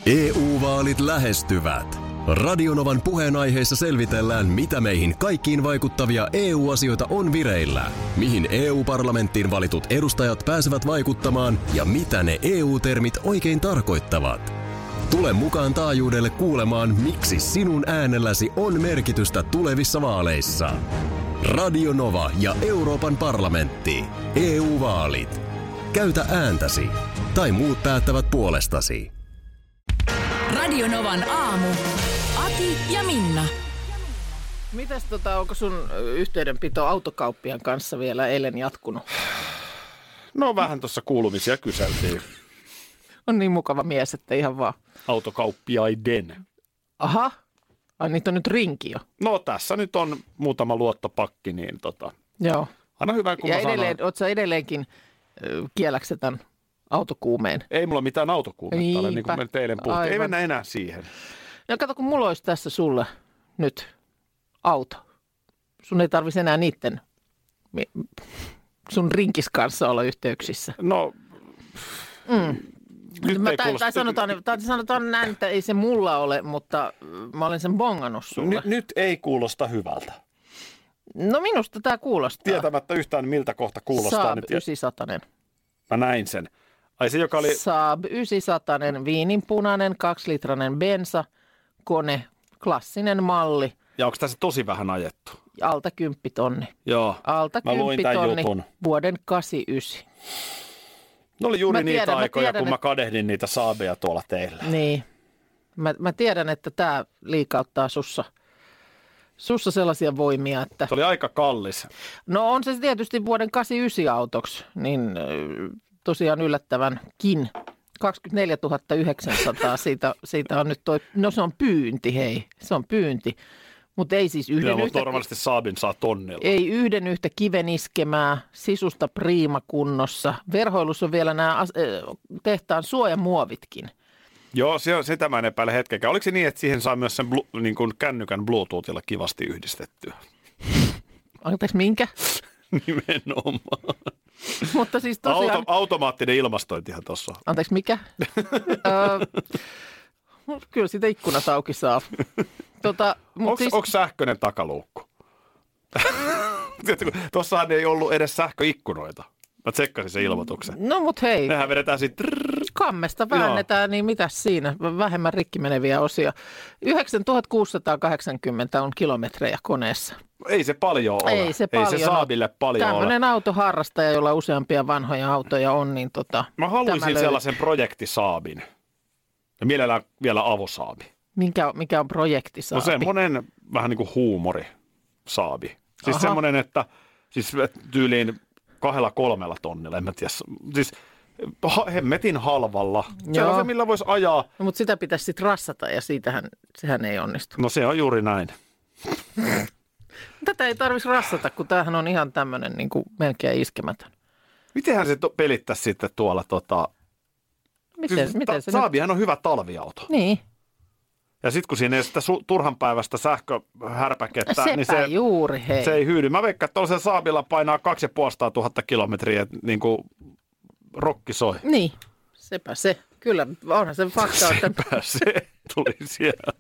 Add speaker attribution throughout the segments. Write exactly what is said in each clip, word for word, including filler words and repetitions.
Speaker 1: E U-vaalit lähestyvät. Radionovan puheenaiheessa selvitellään, mitä meihin kaikkiin vaikuttavia E U-asioita on vireillä, mihin E U-parlamenttiin valitut edustajat pääsevät vaikuttamaan ja mitä ne E U-termit oikein tarkoittavat. Tule mukaan taajuudelle kuulemaan, miksi sinun äänelläsi on merkitystä tulevissa vaaleissa. Radio Nova ja Euroopan parlamentti. E U-vaalit. Käytä ääntäsi. Tai muut päättävät puolestasi.
Speaker 2: Radio Novan aamu. Ati ja Minna.
Speaker 3: Mitäs tota, onko sun yhteydenpito autokauppiaan kanssa vielä eilen jatkunut?
Speaker 4: No vähän tuossa kuulumisia kyseltiin.
Speaker 3: On niin mukava mies, että ihan vaan.
Speaker 4: Autokauppiaiden.
Speaker 3: Aha, ai niitä on nyt rinki jo.
Speaker 4: No tässä nyt on muutama luottopakki, niin tota.
Speaker 3: Joo.
Speaker 4: Aina hyvä, kun
Speaker 3: ja
Speaker 4: mä
Speaker 3: edelleen,
Speaker 4: sanon.
Speaker 3: oot sä edelleenkin äh, kielläksä tämän autokuumeen?
Speaker 4: Ei mulla mitään autokuumetta ole, niin kuin me eilen puhuttiin.
Speaker 3: Aivan.
Speaker 4: Ei mennä enää siihen.
Speaker 3: No kato, kun mulla olisi tässä sulle nyt auto. Sun ei tarvitsisi enää niitten sun rinkis kanssa olla yhteyksissä.
Speaker 4: No,
Speaker 3: Mm.
Speaker 4: nyt
Speaker 3: Mä,
Speaker 4: ei
Speaker 3: tai,
Speaker 4: kuulosta.
Speaker 3: tai, sanotaan, tai sanotaan näin, että ei se mulla ole, mutta mä olen sen bongannut sulle.
Speaker 4: N- nyt ei kuulosta hyvältä.
Speaker 3: No minusta tämä kuulostaa.
Speaker 4: Tietämättä yhtään miltä kohta kuulostaa.
Speaker 3: Saab
Speaker 4: Nyt.
Speaker 3: yhdeksänsataa.
Speaker 4: Mä näin sen. Ai se, joka oli.
Speaker 3: Saab yhdeksänsataa, viininpunainen, kaksilitrainen bensa, kone, klassinen malli,
Speaker 4: Ja onko tässä tosi vähän ajettu?
Speaker 3: alta kymppitonni.
Speaker 4: Joo.
Speaker 3: Alta
Speaker 4: Mä luin tämän
Speaker 3: kymppitonni,
Speaker 4: jutun.
Speaker 3: vuoden kahdeksankymmentäyhdeksän.
Speaker 4: Ne oli juuri
Speaker 3: Mä
Speaker 4: niitä
Speaker 3: tiedän, mä
Speaker 4: aikoja,
Speaker 3: tiedän,
Speaker 4: kun mä
Speaker 3: että-
Speaker 4: kadehdin niitä Saabeja tuolla teillä.
Speaker 3: Niin. Mä, mä tiedän, että tämä liikauttaa sussa, sussa sellaisia voimia, että...
Speaker 4: Se oli aika kallis.
Speaker 3: No on se tietysti vuoden kahdeksankymmentäyhdeksän autoksi, niin ö, tosiaan yllättävänkin. kaksikymmentäneljätuhatta yhdeksänsataa, siitä, siitä on nyt toi, no se on pyynti, hei, se on pyynti. Mutta ei siis yhden
Speaker 4: Joo, mutta
Speaker 3: yhtä,
Speaker 4: normaalisti Saabin saa tonnilla.
Speaker 3: ei yhden yhtä kiven iskemää, sisusta priimakunnossa. Verhoilussa on vielä nämä tehtaan suojamuovitkin.
Speaker 4: Joo, se, sitä mä en epäile hetkenkään. Oliko se niin, että siihen saa myös sen blu, niin kuin kännykän Bluetoothilla kivasti yhdistettyä?
Speaker 3: Anteeksi, minkä?
Speaker 4: Nimenomaan.
Speaker 3: Mutta siis tosiaan...
Speaker 4: Auto, automaattinen ilmastointihan tuossa on.
Speaker 3: Anteeksi, mikä? Öö, kyllä sitä ikkunat auki saa. Tota,
Speaker 4: Onko
Speaker 3: siis...
Speaker 4: sähköinen takaluukku? Tuossahan ei ollut edes sähköikkunoita. Mä tsekkasin sen ilmoituksen.
Speaker 3: No mut hei,
Speaker 4: Nehän vedetään siitä.
Speaker 3: kammesta väännetään, niin mitäs siinä? Vähemmän rikki meneviä osia. yhdeksäntuhattakuusisataakahdeksankymmentä on kilometrejä koneessa.
Speaker 4: Ei se paljon ole.
Speaker 3: Ei se paljon
Speaker 4: Ei se
Speaker 3: ole.
Speaker 4: Saabille paljon ole.
Speaker 3: Tämmöinen autoharrastaja, jolla useampia vanhoja autoja on, niin tota...
Speaker 4: Mä
Speaker 3: tämä
Speaker 4: haluaisin
Speaker 3: löytyy.
Speaker 4: sellaisen projektisaabin. Ja mielellään vielä avosaabi.
Speaker 3: Mikä, mikä on projekti
Speaker 4: No
Speaker 3: Saabi?
Speaker 4: semmoinen vähän niin kuin huumori saabi. Siis
Speaker 3: Aha.
Speaker 4: semmoinen, että siis tyyliin kahdella kolmella tonnilla, en mä tiedä. Siis ha- hemmetin halvalla. Sellaisen, millä voisi ajaa.
Speaker 3: No, mutta sitä pitäisi sitten rassata ja siitähän sehän ei onnistu.
Speaker 4: No se on juuri näin.
Speaker 3: Tätä ei tarvitsisi rassata, kun tämähän on ihan tämmöinen niin kuin melkein iskemätön.
Speaker 4: Mitenhän se to- pelittäisi sitten tuolla tota...
Speaker 3: Miten,
Speaker 4: siis,
Speaker 3: miten
Speaker 4: ta-
Speaker 3: se
Speaker 4: Saabihan on hyvä talviauto.
Speaker 3: nyt... Niin,
Speaker 4: Ja sitten kun siinä ei sitä su- turhan päivästä sähköhärpäkettä,
Speaker 3: sepä
Speaker 4: niin se,
Speaker 3: juuri, hei.
Speaker 4: se ei hyydy. Mä veikkaan, että tuollaisella Saabilla painaa kaksi ja puolesta tuhatta kilometriä, niin kuin rokki soi.
Speaker 3: Niin, sepä se. Kyllä, onhan se fakta, että...
Speaker 4: Sepä se tuli sieltä.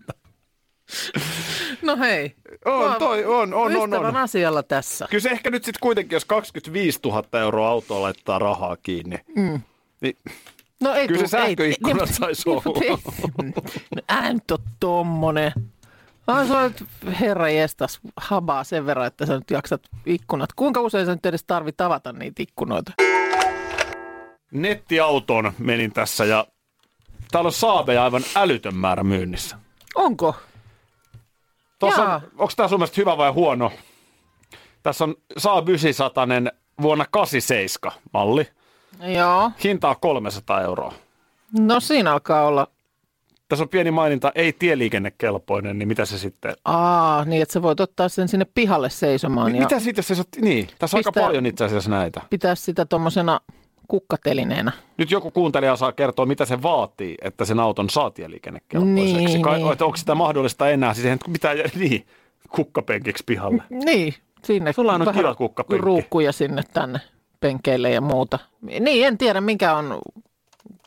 Speaker 3: No hei.
Speaker 4: On,
Speaker 3: Mä-
Speaker 4: toi, on, on, on,
Speaker 3: Ystävän
Speaker 4: on.
Speaker 3: asialla tässä.
Speaker 4: Kyllä se ehkä nyt sitten kuitenkin, jos kaksikymmentäviisituhatta euroa autoa laittaa rahaa kiinni,
Speaker 3: Mm.
Speaker 4: niin
Speaker 3: No ei
Speaker 4: kyllä se
Speaker 3: tuu- ei-
Speaker 4: sähköikkunat
Speaker 3: ei-
Speaker 4: saisi
Speaker 3: ei-
Speaker 4: olla.
Speaker 3: ei- No ää nyt on tommonen. Ai sä olet herra jestas habaa sen verran, että sä nyt jaksat ikkunat. Kuinka usein sä nyt edes tarvit avata niitä ikkunoita?
Speaker 4: Nettiautoon menin tässä ja täällä on Saabeja aivan älytön määrä myynnissä.
Speaker 3: Onko?
Speaker 4: Tuossa
Speaker 3: Jaa.
Speaker 4: on, onko tämä sun mielestä hyvä vai huono? Tässä on Saab yhdeksänsataa vuonna kahdeksankymmentäseitsemän malli.
Speaker 3: Joo.
Speaker 4: Hinta on kolmesataa euroa.
Speaker 3: No siinä alkaa olla.
Speaker 4: Tässä on pieni maininta, ei tieliikennekelpoinen, niin mitä se sitten...
Speaker 3: Aa, niin että sä voit ottaa sen sinne pihalle seisomaan
Speaker 4: Mi-
Speaker 3: ja
Speaker 4: mitä sitten, jos se... Niin, tässä on aika
Speaker 3: Pistää-
Speaker 4: paljon itse asiassa näitä.
Speaker 3: pitää sitä tommosena kukkatelineenä.
Speaker 4: Nyt joku kuuntelija saa kertoa, mitä se vaatii, että sen auton saa tieliikennekelpoiseksi.
Speaker 3: Niin,
Speaker 4: Kai,
Speaker 3: niin.
Speaker 4: että onko sitä mahdollista enää? Siis eihän pitää jää niin kukkapenkiksi pihalle.
Speaker 3: Niin, sinne
Speaker 4: Sulla on nyt
Speaker 3: vähän
Speaker 4: kiva kukkapenkki.
Speaker 3: ruukkuja sinne tänne penkeille ja muuta. Niin, en tiedä mikä on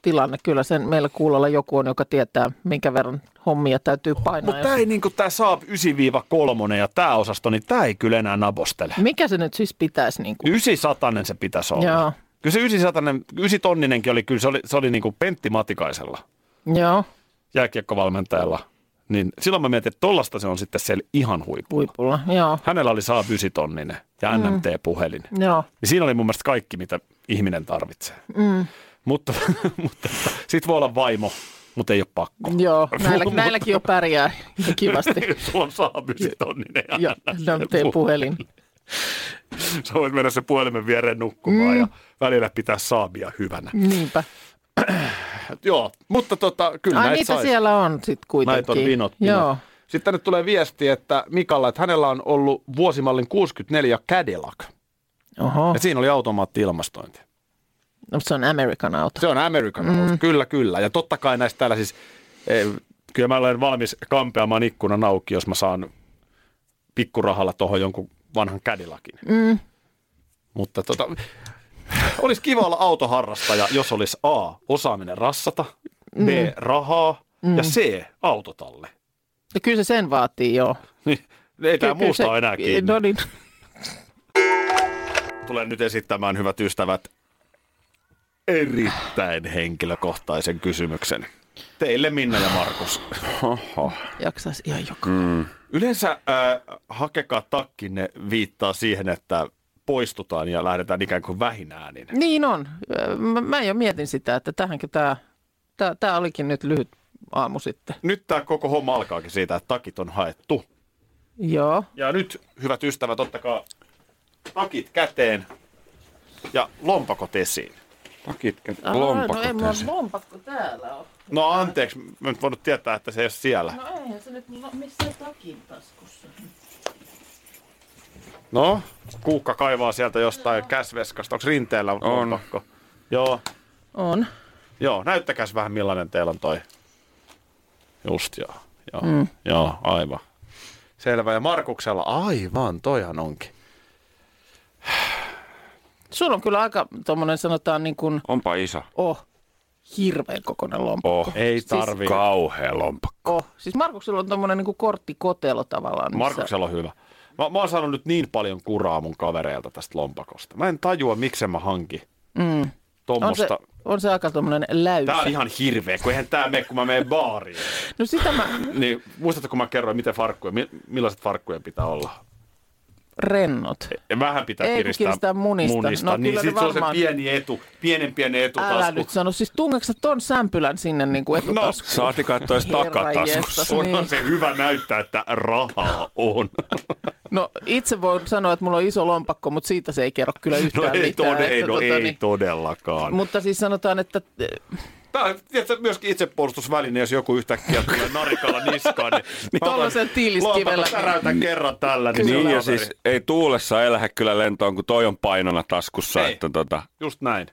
Speaker 3: tilanne. Kyllä sen meillä kuulolla joku on, joka tietää, minkä verran hommia täytyy painaa.
Speaker 4: Mutta tämä ei niin kuin tämä Saab yhdeksän kolme ja tämä osasto, niin tämä ei kyllä enää nabostele.
Speaker 3: Mikä se nyt siis pitäisi? Niin kuin?
Speaker 4: yhdeksänsataa se pitäisi olla.
Speaker 3: Joo.
Speaker 4: Kyllä se yhdeksänsataa, yhdeksän tonninenkin oli, kyllä se oli, se oli niin kuin Pentti Matikaisella,
Speaker 3: Joo.
Speaker 4: jääkiekkovalmentajalla. Niin silloin mä mietin, että tollasta se on sitten siellä ihan huipulla.
Speaker 3: Huipulla, joo.
Speaker 4: Hänellä oli Saab yhdeksän tonninen ja N M T-puhelin.
Speaker 3: Mm. Joo.
Speaker 4: Niin siinä oli mun mielestä kaikki, mitä ihminen tarvitsee.
Speaker 3: Mm.
Speaker 4: Mutta, mutta sit voi olla vaimo, mutta ei ole pakko.
Speaker 3: Joo, näillä, näilläkin jo pärjää kivasti.
Speaker 4: Sulla on Saab yhdeksän tonninen ja
Speaker 3: Ja N M T-puhelin.
Speaker 4: Sä voit mennä sen puhelimen viereen nukkumaan mm. ja välillä pitää Saabia hyvänä.
Speaker 3: Niinpä.
Speaker 4: Joo, mutta tota, kyllä
Speaker 3: Ai
Speaker 4: näitä
Speaker 3: niitä
Speaker 4: sais.
Speaker 3: siellä on sitten kuitenkin.
Speaker 4: Näitä on vinot.
Speaker 3: Joo.
Speaker 4: Sitten tänne tulee viesti, että Mikalla, että hänellä on ollut vuosimallin kuusikymmentäneljä Cadillac.
Speaker 3: Oho.
Speaker 4: Ja siinä oli automaatti-ilmastointi.
Speaker 3: No, se on American auto.
Speaker 4: Se on American mm. auto, kyllä, kyllä. Ja totta kai näistä täällä siis, eh, kyllä mä olen valmis kampeamaan ikkunan auki, jos mä saan pikkurahalla tuohon jonkun vanhan Cadillacin.
Speaker 3: Mm.
Speaker 4: Mutta tota, olisi kiva olla autoharrastaja, jos olisi A, osaaminen rassata, B, rahaa ja C, autotalle.
Speaker 3: Ja kyllä se sen vaatii, joo.
Speaker 4: Niin, ei tämä
Speaker 3: Kyllä
Speaker 4: muusta
Speaker 3: se-
Speaker 4: ole enää kiinni.
Speaker 3: No niin.
Speaker 4: Tulen nyt esittämään, hyvät ystävät, erittäin henkilökohtaisen kysymyksen. Teille, Minna ja Markus.
Speaker 5: Oho.
Speaker 3: Jaksaisi ihan joka.
Speaker 5: Mm.
Speaker 4: Yleensä äh, hakekaa takkinne viittaa siihen, että poistutaan ja lähdetään ikään kuin vähin äänin.
Speaker 3: Niin on. Mä, mä jo mietin sitä, että tähänkö tämä, tämä, tämä olikin nyt lyhyt aamu sitten.
Speaker 4: Nyt tämä koko homma alkaakin siitä, että takit on haettu.
Speaker 3: Joo.
Speaker 4: Ja nyt, hyvät ystävät, ottakaa takit käteen ja lompakot esiin.
Speaker 5: Takit,
Speaker 3: Aha,
Speaker 5: lompakot.
Speaker 3: no ei mulla
Speaker 5: esiin.
Speaker 3: lompakko täällä ole.
Speaker 4: No anteeksi, mä nyt voinut tietää, että se ei ole siellä.
Speaker 3: No eihän se nyt no, missään takin taskussa.
Speaker 4: No, Kuukka kaivaa sieltä jostain käsveskasta. Onko rinteellä
Speaker 5: On.
Speaker 4: lompakko? Joo,
Speaker 3: On.
Speaker 4: joo. Näyttäkäs vähän millainen teillä on toi. Just joo. Joo, mm. joo aivan. Selvä. Ja Markuksella, aivan, toihan onkin.
Speaker 3: Sulla on kyllä aika tommonen sanotaan niin kuin,
Speaker 5: Onpa iso.
Speaker 3: oh, hirveän kokoinen lompakko.
Speaker 5: Oh.
Speaker 4: Ei tarvii.
Speaker 5: Kauhea lompakko.
Speaker 3: Oh. Siis Markuksella on tommonen niin kuin korttikotelo tavallaan. missä-
Speaker 4: Markuksella on hyvä. Mä, mä oon saanut nyt niin paljon kuraa mun kavereilta tästä lompakosta. Mä en tajua, miksen mä hankin
Speaker 3: Mm. On, se,
Speaker 4: tommosta.
Speaker 3: on se aika tommonen läysi.
Speaker 4: Tää on ihan hirveä, kun eihän tää mene, kun mä menen baariin.
Speaker 3: No sitä mä
Speaker 4: Niin, muistatko, kun mä kerroin, miten farkkuja, mi- millaiset farkkujen pitää olla?
Speaker 3: rennot.
Speaker 4: Ja vähän pitää
Speaker 3: Ei, kun
Speaker 4: kiristää,
Speaker 3: kiristää munista. No,
Speaker 4: niin
Speaker 3: kyllä
Speaker 4: sit
Speaker 3: ne
Speaker 4: se on se
Speaker 3: varmaan-
Speaker 4: pieni etu, pienen pieni etu
Speaker 3: Älä
Speaker 4: tasku.
Speaker 3: nyt sano, siis tungeeko sä ton sämpylän sinne niin kuin etutaskuun?
Speaker 5: Saati katsoa edes takataskussa.
Speaker 3: jestas,
Speaker 4: On
Speaker 3: niin.
Speaker 4: se hyvä näyttää, että rahaa on.
Speaker 3: No itse voin sanoa, että mulla on iso lompakko, mutta siitä se ei kerro kyllä
Speaker 4: No
Speaker 3: yhtään
Speaker 4: ei,
Speaker 3: mitään.
Speaker 4: tode, ei,
Speaker 3: että,
Speaker 4: no,
Speaker 3: tota,
Speaker 4: ei
Speaker 3: niin,
Speaker 4: todellakaan.
Speaker 3: mutta siis sanotaan, että
Speaker 4: Tämä on tiedätkö, myöskin itsepuolustusväline, jos joku yhtäkkiä tulee narikalla niskaan. Niin, niin
Speaker 3: Tuollaisella tiiliskivellä.
Speaker 4: Lompakko täräytän kerran tällä. Niin,
Speaker 5: Niin
Speaker 4: se on
Speaker 5: ja
Speaker 4: kaveri.
Speaker 5: siis ei tuulessa elähä kyllä lentoon, kun toi on painona taskussa.
Speaker 4: Ei.
Speaker 5: Että tota,
Speaker 4: Just näin.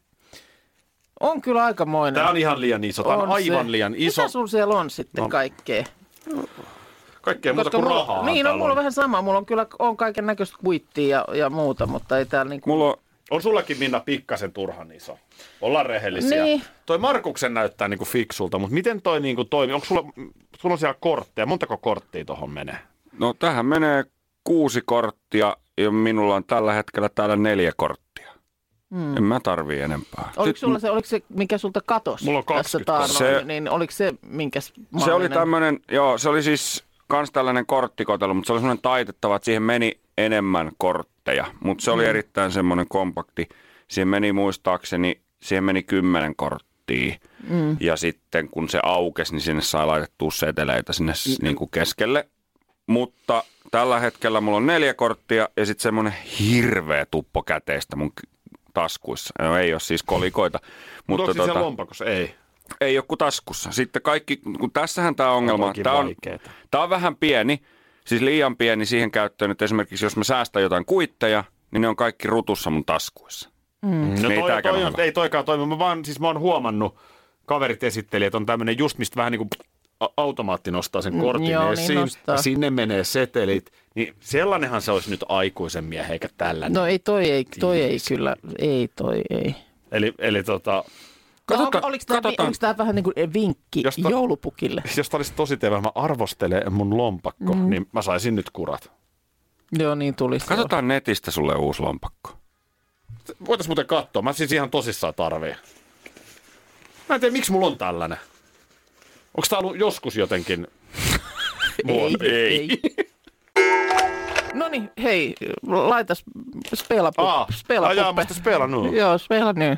Speaker 3: on kyllä aikamoinen.
Speaker 4: Tämä on ihan liian iso. Tämä on,
Speaker 3: On
Speaker 4: aivan
Speaker 3: se.
Speaker 4: liian iso.
Speaker 3: Mitä sulla siellä on sitten
Speaker 4: No.
Speaker 3: kaikkea?
Speaker 4: Kaikkea muuta kuin
Speaker 3: mulla,
Speaker 4: rahaa.
Speaker 3: niin, no,
Speaker 4: täällä
Speaker 3: mulla on vähän sama. Mulla on kyllä on kaiken näköistä kuittia ja, ja muuta, mutta ei täällä niinku...
Speaker 5: mulla on,
Speaker 4: On sullakin, Minna, pikkasen turhan iso. Ollaan rehellisiä.
Speaker 3: Niin.
Speaker 4: Toi Markuksen näyttää niinku fiksulta, mutta miten toi niinku toimii? Onko sulla, sulla on siellä kortteja? Montako korttia tuohon menee?
Speaker 5: no tähän menee kuusi korttia ja minulla on tällä hetkellä täällä neljä korttia. Mm. En mä tarvii enempää.
Speaker 3: Oliko,
Speaker 5: Sitten
Speaker 3: sulla se, oliko se, mikä sulta katosi
Speaker 4: Mulla on
Speaker 3: tässä
Speaker 4: kaksikymmentä.
Speaker 3: taannoin,
Speaker 5: Se-
Speaker 3: niin oliko se minkäs
Speaker 5: Se oli
Speaker 3: mallinen?
Speaker 5: tämmönen, joo, se oli siis kans tällainen korttikotelo, mutta se oli semmoinen taitettava, että siihen meni enemmän kortteja. Mutta se oli
Speaker 3: Mm.
Speaker 5: erittäin semmoinen kompakti. Siihen meni muistaakseni, siihen meni kymmenen korttia.
Speaker 3: Mm.
Speaker 5: Ja sitten kun se aukesi, niin sinne sai laitettua seteleitä sinne s- niin kuin keskelle. Mutta tällä hetkellä mulla on neljä korttia ja sitten semmoinen hirveä tuppo käteistä mun k- taskuissa. No, ei ole siis kolikoita,
Speaker 4: Mutta
Speaker 5: mutta
Speaker 4: onko siellä
Speaker 5: tota,
Speaker 4: lompakossa? Ei.
Speaker 5: ei ole kuin taskussa. Sitten kaikki, kun tässähän tämä ongelma,
Speaker 4: onkin
Speaker 5: tämä on,
Speaker 4: vaikeeta.
Speaker 5: tämä on vähän pieni, siis liian pieni siihen käyttöön, että esimerkiksi jos mä säästän jotain kuitteja, niin ne on kaikki rutussa mun taskuissa.
Speaker 4: No
Speaker 5: Ei
Speaker 4: toi,
Speaker 5: tääkään
Speaker 4: toi
Speaker 5: ole
Speaker 4: on,
Speaker 5: hyvä.
Speaker 4: ei toikaan toimi. Mä, vaan, siis mä oon huomannut, kaverit esitteli, että on tämmöinen just mistä vähän niin kuin a- automaatti nostaa sen kortin
Speaker 3: joo, niin
Speaker 4: esiin.
Speaker 3: nostaa.
Speaker 4: Ja sinne menee setelit. Niin sellainenhan se olisi nyt aikuisen miehen eikä tällainen.
Speaker 3: No ei toi ei, toi ei
Speaker 4: Tiivis.
Speaker 3: kyllä, ei toi ei.
Speaker 4: Eli, eli tota,
Speaker 3: No, oliko tämä vähän niin kuin vinkki
Speaker 4: Jos ta-
Speaker 3: joulupukille?
Speaker 4: Jos tämä olisi tosi teevä, mä arvostelen mun lompakko, mm. niin mä saisin nyt kurat.
Speaker 3: Joo, niin tulisi.
Speaker 5: Katsotaan netistä sulle uusi lompakko.
Speaker 4: Voitais muuten katsoa. Mä siis ihan tosissaan tarvii. Mä en tiedä, miksi mulla on tällainen. Onko tää ollut joskus jotenkin?
Speaker 3: ei, ei. No niin, hei, laitas spelapu.
Speaker 4: Aa,
Speaker 3: spelapuppe.
Speaker 4: Ajaa, musta spela nu.
Speaker 3: Joo, spela nyt.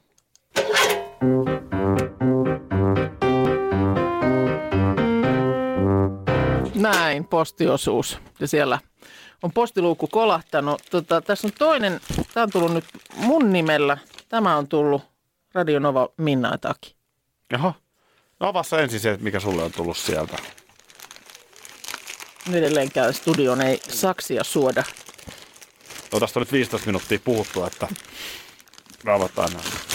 Speaker 3: Näin, postiosuus. Ja siellä on postiluukku kolahtanut. Tota, tässä on toinen, tämä on tullut nyt mun nimellä. Tämä on tullut Radio Nova Minna ja Taki.
Speaker 4: Jaha. No avassa ensin se, mikä sulle on tullut sieltä.
Speaker 3: Edelleenkään studion ei saksia suoda.
Speaker 4: No tästä on nyt viisitoista minuuttia puhuttu, että avataan.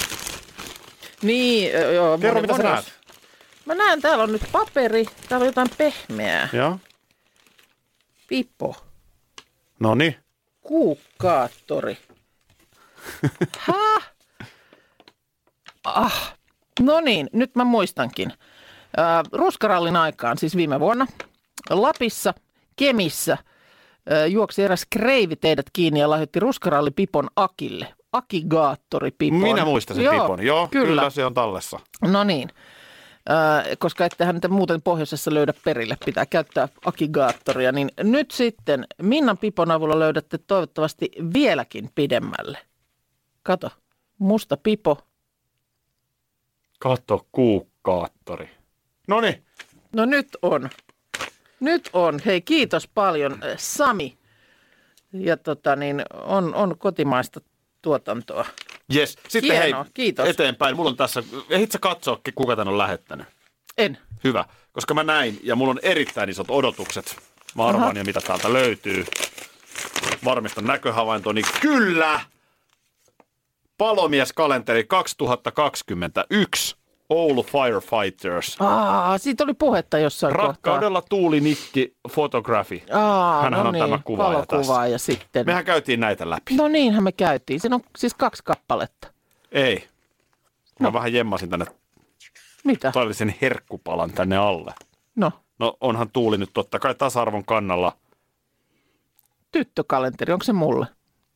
Speaker 3: Niin, joo.
Speaker 4: Kerro, mitä sä näet?
Speaker 3: Mä näen, täällä on nyt paperi. Täällä on jotain pehmeää.
Speaker 4: Joo.
Speaker 3: Pipo.
Speaker 4: Noniin.
Speaker 3: Kuukkaattori. Häh? Ah. No niin, nyt mä muistankin. Äh, ruskarallin aikaan, siis viime vuonna, Lapissa, Kemissä, äh, juoksi eräs kreivi teidät kiinni ja lahjoitti ruskarallipipon Akille. Akigaattoripipon.
Speaker 4: Minä muistan sen
Speaker 3: Joo,
Speaker 4: pipon. Joo, kyllä. kyllä se on tallessa.
Speaker 3: No niin. Äh, koska ettehän niitä muuten pohjoisessa löydä perille, pitää käyttää akigaattoria, niin nyt sitten Minnan pipon avulla löydätte toivottavasti vieläkin pidemmälle. Kato, musta pipo.
Speaker 4: Kato, kuukkaattori. Noniin.
Speaker 3: No nyt on. Nyt on. Hei, kiitos paljon Sami. Ja tota niin, on, on kotimaista tuotantoa.
Speaker 4: Jes, sitten
Speaker 3: Hienoa,
Speaker 4: hei,
Speaker 3: kiitos.
Speaker 4: eteenpäin. Mulla on tässä, ehdit sä katsoa, kuka tän on lähettänyt?
Speaker 3: En.
Speaker 4: Hyvä, koska mä näin ja mulla on erittäin isot odotukset. Mä arvaan ja mitä täältä löytyy. Varmistan näköhavaintoni. Kyllä! Palomieskalenteri kaksituhattakaksikymmentäyksi. Oulu Firefighters.
Speaker 3: Aa, siitä oli puhetta jossain
Speaker 4: Rakkaudella
Speaker 3: kohtaa.
Speaker 4: Tuuli Nikki Photography.
Speaker 3: Aa,
Speaker 4: Hänhän
Speaker 3: no
Speaker 4: on
Speaker 3: niin,
Speaker 4: tämä kuvaaja
Speaker 3: valokuvaaja
Speaker 4: tässä.
Speaker 3: sitten.
Speaker 4: Mehän käytiin näitä läpi.
Speaker 3: No niinhän me käytiin. Siinä on siis kaksi kappaletta.
Speaker 4: Ei. Mä
Speaker 3: No.
Speaker 4: vähän jemmasin tänne
Speaker 3: Mitä?
Speaker 4: todellisen herkkupalan tänne alle.
Speaker 3: No,
Speaker 4: No onhan Tuuli nyt totta kai tasa-arvon kannalla.
Speaker 3: tyttökalenteri, onko se mulle?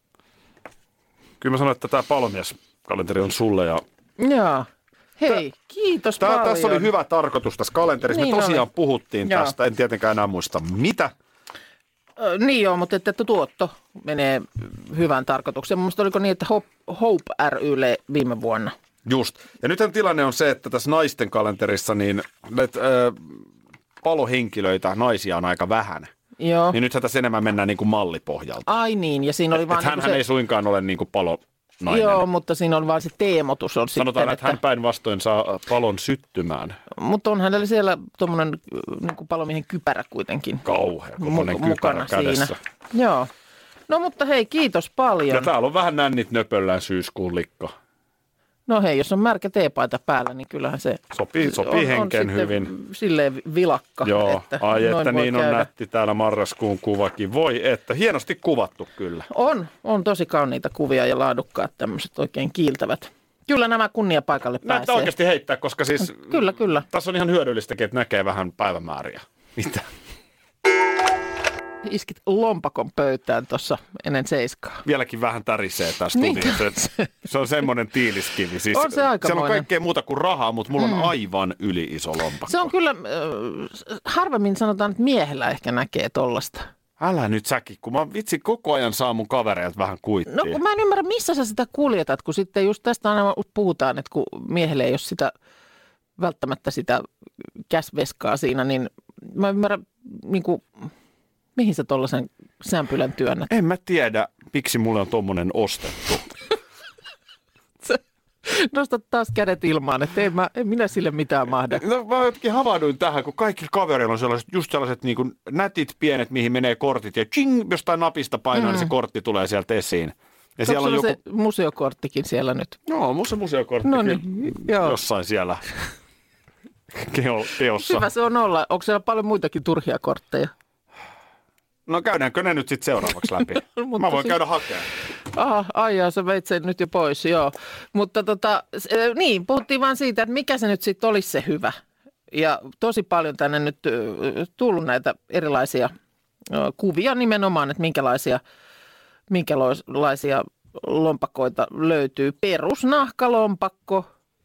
Speaker 4: Kyllä mä sanoin, että tämä palomieskalenteri on sulle. Ja
Speaker 3: Joo. Hei, Tää, kiitos
Speaker 4: tää,
Speaker 3: paljon.
Speaker 4: tässä oli hyvä tarkoitus tässä kalenterissa.
Speaker 3: Niin
Speaker 4: Me tosiaan
Speaker 3: oli.
Speaker 4: puhuttiin
Speaker 3: Joo.
Speaker 4: tästä. En tietenkään enää muista mitä.
Speaker 3: Ö, niin joo, mutta että tuotto menee hyvään tarkoitukseen. Mielestäni oliko niin, että Hope, Hope ry:lle viime vuonna?
Speaker 4: Just. Ja nythän tilanne on se, että tässä naisten kalenterissa niin näitä ö, palohenkilöitä, naisia on aika vähän.
Speaker 3: Joo.
Speaker 4: Niin nythän tässä enemmän mennään niin kuin mallipohjalta.
Speaker 3: Ai niin, ja siinä oli
Speaker 4: Et,
Speaker 3: vaan...
Speaker 4: et hänhän
Speaker 3: niin se...
Speaker 4: ei suinkaan ole niin kuin palonainen.
Speaker 3: Joo, mutta siinä on vaan se teemotus on
Speaker 4: Sanotaan,
Speaker 3: sitten.
Speaker 4: että hän päinvastoin saa palon syttymään.
Speaker 3: Mutta on hänellä siellä tuommoinen niin palomiehen kypärä kuitenkin.
Speaker 4: Kauhea, kokoinen
Speaker 3: Mu-
Speaker 4: kypärä
Speaker 3: mukana
Speaker 4: kädessä.
Speaker 3: siinä. Joo. No mutta hei, kiitos paljon.
Speaker 4: Ja täällä on vähän nännit nöpöllään syyskuun likka.
Speaker 3: No hei, jos on märkä teepaita päällä, niin kyllähän se
Speaker 4: Sopii, sopii
Speaker 3: on,
Speaker 4: henkeen
Speaker 3: on
Speaker 4: hyvin.
Speaker 3: silleen vilakka.
Speaker 4: Joo,
Speaker 3: että
Speaker 4: ai
Speaker 3: noin
Speaker 4: että
Speaker 3: voi
Speaker 4: niin on
Speaker 3: käydä.
Speaker 4: nätti täällä marraskuun kuvakin. Voi että, hienosti kuvattu kyllä.
Speaker 3: On, on tosi kauniita kuvia ja laadukkaat tämmöiset oikein kiiltävät. Kyllä nämä kunniapaikalle
Speaker 4: Näyttää
Speaker 3: pääsee.
Speaker 4: oikeasti heittää, koska siis...
Speaker 3: Kyllä, kyllä.
Speaker 4: Tässä on ihan hyödyllistäkin, että näkee vähän päivämääriä. Mitä?
Speaker 3: Iskit lompakon pöytään tuossa ennen seiskaa.
Speaker 4: Vieläkin vähän tärisee tässä
Speaker 3: Niin.
Speaker 4: studiossa. Se, se on semmoinen tiiliskivi. Siis
Speaker 3: On se aikamoinen.
Speaker 4: siellä on kaikkea muuta kuin rahaa, mutta mulla on mm. aivan yli iso lompakko.
Speaker 3: Se on kyllä, äh, harvemmin sanotaan, että miehellä ehkä näkee tollasta.
Speaker 4: Älä nyt säkin, kun mä vitsi koko ajan saa mun kavereilta vähän kuittia.
Speaker 3: No kun mä en ymmärrä, missä sä sitä kuljetat, kun sitten just tästä aina puhutaan, että kun miehelle ei ole sitä, välttämättä sitä käsveskaa siinä, niin mä ymmärrän, niin kuin, mihin sä tollaisen sämpylän työnnät.
Speaker 4: En mä tiedä, miksi mulle on tommonen ostettu.
Speaker 3: Nostat taas kädet ilmaan, että en, mä, en minä sille mitään mahda.
Speaker 4: No, mä jotenkin havahduin tähän, kun kaikki kavereilla on sellaiset, just sellaiset niin kuin nätit pienet, mihin menee kortit ja ching, jostain napista painaa, mm. niin se kortti tulee sieltä esiin. Ja siellä on joku...
Speaker 3: se museokorttikin siellä nyt?
Speaker 4: No, mun se museokortti
Speaker 3: No niin, joo.
Speaker 4: jossain siellä teossa.
Speaker 3: Hyvä se on olla. Onko siellä paljon muitakin turhia kortteja?
Speaker 4: No käydäänkö ne nyt sitten seuraavaksi läpi? Mä voin
Speaker 3: siis-
Speaker 4: käydä hakemaan.
Speaker 3: Aha, aijaa, sä veit sen nyt jo pois, joo. Mutta tota, niin, puhuttiin vaan siitä, että mikä se nyt sitten olisi se hyvä. Ja tosi paljon tänne nyt tullut näitä erilaisia kuvia nimenomaan, että minkälaisia, minkälaisia lompakoita löytyy. Perusnahkalompakko.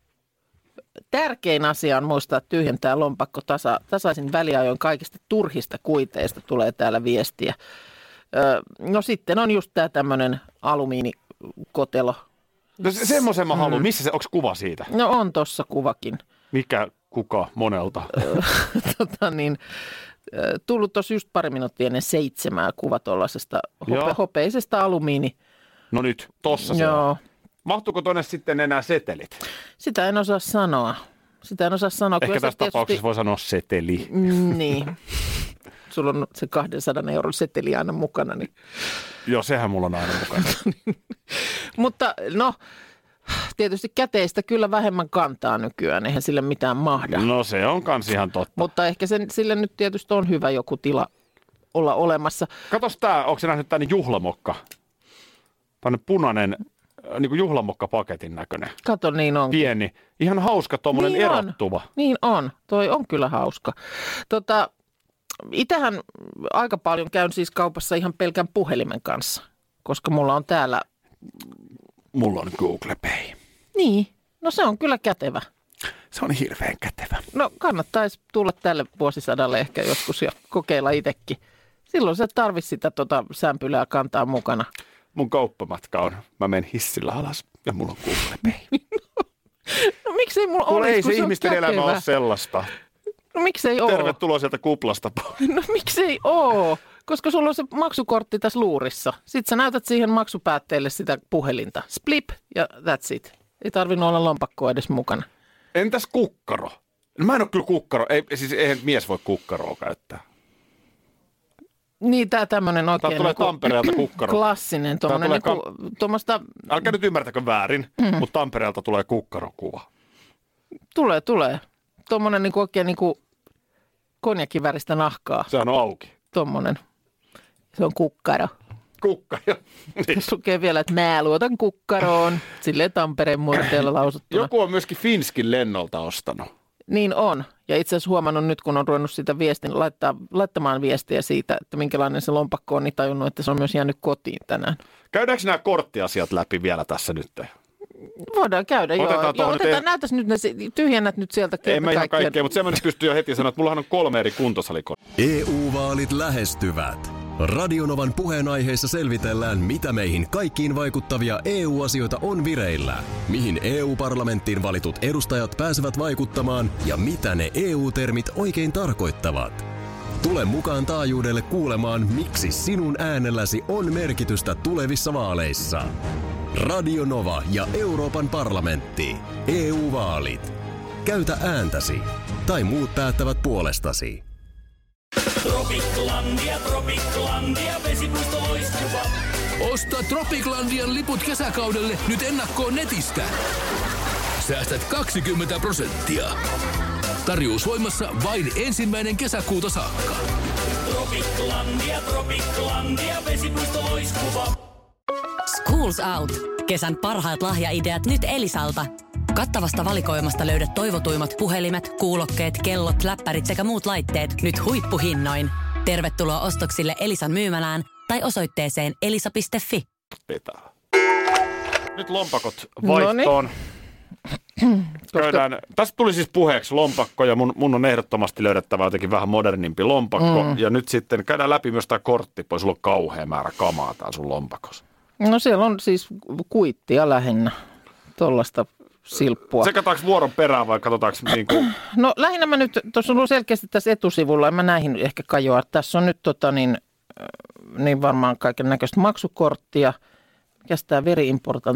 Speaker 3: Tärkein asia on muistaa tyhjentää lompakko tasa, tasaisin väliajoin kaikista turhista kuiteista, tulee täällä viestiä. No sitten on just tämä tämmöinen alumiinikotelo.
Speaker 4: No se, semmoisen mä haluan. Mm. Missä se, onko kuva siitä?
Speaker 3: No on tossa kuvakin.
Speaker 4: Mikä, kuka, monelta?
Speaker 3: tota niin, tullut tuossa just pari minuuttia ennen seitsemää kuva tuollaisesta hope, hopeisesta alumiini.
Speaker 4: No nyt, tossa se on. Mahtuuko tuonne sitten enää setelit?
Speaker 3: Sitä en osaa sanoa. Sitä en osaa sanoa.
Speaker 4: Ehkä tässä tietysti tapauksessa voi sanoa seteli.
Speaker 3: Niin. Sulla on se kahdensadan euron seteli aina mukana. Niin.
Speaker 4: Joo, sehän mulla on aina mukana.
Speaker 3: Mutta no, tietysti käteistä kyllä vähemmän kantaa nykyään. Eihän sille mitään mahda.
Speaker 4: No se on kans ihan totta.
Speaker 3: Mutta ehkä sen, sille nyt tietysti on hyvä joku tila olla olemassa.
Speaker 4: Katos tää, onko se nähnyt tänne juhlamokka? Tänne punainen, niin kuin juhlamokkapaketin näköinen.
Speaker 3: Kato, niin on.
Speaker 4: Pieni. Ihan hauska tuommoinen
Speaker 3: niin
Speaker 4: erottuva.
Speaker 3: On. Niin on. Toi on kyllä hauska. Tota, itähän aika paljon käyn siis kaupassa ihan pelkän puhelimen kanssa, koska mulla on täällä...
Speaker 4: Mulla on Google Pay.
Speaker 3: Niin. No se on kyllä kätevä.
Speaker 4: Se on hirveän kätevä.
Speaker 3: No kannattaisi tulla tälle vuosisadalle ehkä joskus ja kokeilla itsekin. Silloin sä tarvitset sitä tota sämpylää kantaa mukana.
Speaker 4: Mun kauppamatka on, mä menen hissillä alas ja mulla on Google Pay.
Speaker 3: No miksei mulla
Speaker 4: Kuule,
Speaker 3: olisi,
Speaker 4: ei
Speaker 3: kun
Speaker 4: se
Speaker 3: se
Speaker 4: ihmisten
Speaker 3: kätevä.
Speaker 4: elämä ole sellaista.
Speaker 3: No miksei oo?
Speaker 4: Tervetuloa sieltä kuplasta pois.
Speaker 3: No miksei oo? Koska sulla on se maksukortti tässä luurissa. Sitten sä näytät siihen maksupäätteelle sitä puhelinta. Splip ja that's it. Ei tarvinnut olla lompakkoa edes mukana.
Speaker 4: Entäs kukkaro? No mä en ole kyllä kukkaro. Ei, siis eihän mies voi kukkaroa käyttää.
Speaker 3: Niin, tää tämmönen oikein
Speaker 4: Tää tulee
Speaker 3: niinku
Speaker 4: Tampereelta kukkaro.
Speaker 3: klassinen. Tommonen niinku, kam... tommosta...
Speaker 4: Älkää nyt ymmärtäkö väärin, mm. mutta Tampereelta tulee kukkarokuva.
Speaker 3: Tulee, tulee. Tommonen niinku oikein niinku konjakiväristä nahkaa.
Speaker 4: Sehän on auki.
Speaker 3: Tommonen. Se on kukkaro.
Speaker 4: Kukkaro. Niin.
Speaker 3: Lukee vielä, että mä luotan kukkaroon. Silleen Tampereen murteella lausuttuna.
Speaker 4: Joku on myöskin Finskin lennolta ostanut.
Speaker 3: Niin on. Ja itse asiassa huomannut nyt, kun on ruvennut sitä viestin, laittaa, laittamaan viestiä siitä, että minkälainen se lompakko on, niin tajunnut, että se on myös jäänyt kotiin tänään.
Speaker 4: Käydäänkö nämä korttiasiat läpi vielä tässä nyt?
Speaker 3: Voidaan käydä,
Speaker 4: otetaan
Speaker 3: joo. joo otetaan, en... näytäs nyt ne, tyhjennät nyt sieltä.
Speaker 4: Ei mä ihan kaikkea, mutta semmoinen pystyy jo heti sanoa, että mullahan on kolme eri kuntosalikoa.
Speaker 1: E U-vaalit lähestyvät. Radionovan puheenaiheessa selvitellään, mitä meihin kaikkiin vaikuttavia E U-asioita on vireillä, mihin E U-parlamenttiin valitut edustajat pääsevät vaikuttamaan ja mitä ne E U-termit oikein tarkoittavat. Tule mukaan taajuudelle kuulemaan, miksi sinun äänelläsi on merkitystä tulevissa vaaleissa. Radio Nova ja Euroopan parlamentti. E U-vaalit. Käytä ääntäsi. Tai muut päättävät puolestasi.
Speaker 6: Tropiklandia, Tropiklandia, vesipuisto loistuva.
Speaker 7: Osta Tropiklandian liput kesäkaudelle nyt ennakkoon netistä. Säästät kaksikymmentä prosenttia. Tarjous voimassa vain ensimmäinen kesäkuuta saakka.
Speaker 6: Tropiklandia, Tropiklandia, vesipuisto loistuva.
Speaker 8: Schools Out. Kesän parhaat lahjaideat nyt Elisalta. Kattavasta valikoimasta löydät toivotuimmat puhelimet, kuulokkeet, kellot, läppärit sekä muut laitteet nyt huippuhinnoin. Tervetuloa ostoksille Elisan myymälään tai osoitteeseen elisa piste fi.
Speaker 4: Pitää. Nyt lompakot vaihtoon. Käydään. Tässä tuli siis puheeksi lompakko ja mun, mun on ehdottomasti löydettävä jotenkin vähän modernimpi lompakko. Mm. Ja nyt sitten käydään läpi myös tämä kortti, pois sulla on kauhea määrä kamaa täällä sun lompakossa.
Speaker 3: No siellä on siis kuittia lähinnä, tuollaista silppua.
Speaker 4: Sekataanko vuoron perään vai katsotaanko niin kuin...
Speaker 3: No lähinnä mä nyt, tuossa on ollut selkeästi tässä etusivulla, en mä näihin ehkä kajoa. Tässä on nyt tota niin, niin varmaan kaiken näköistä maksukorttia. Mikäs tää very important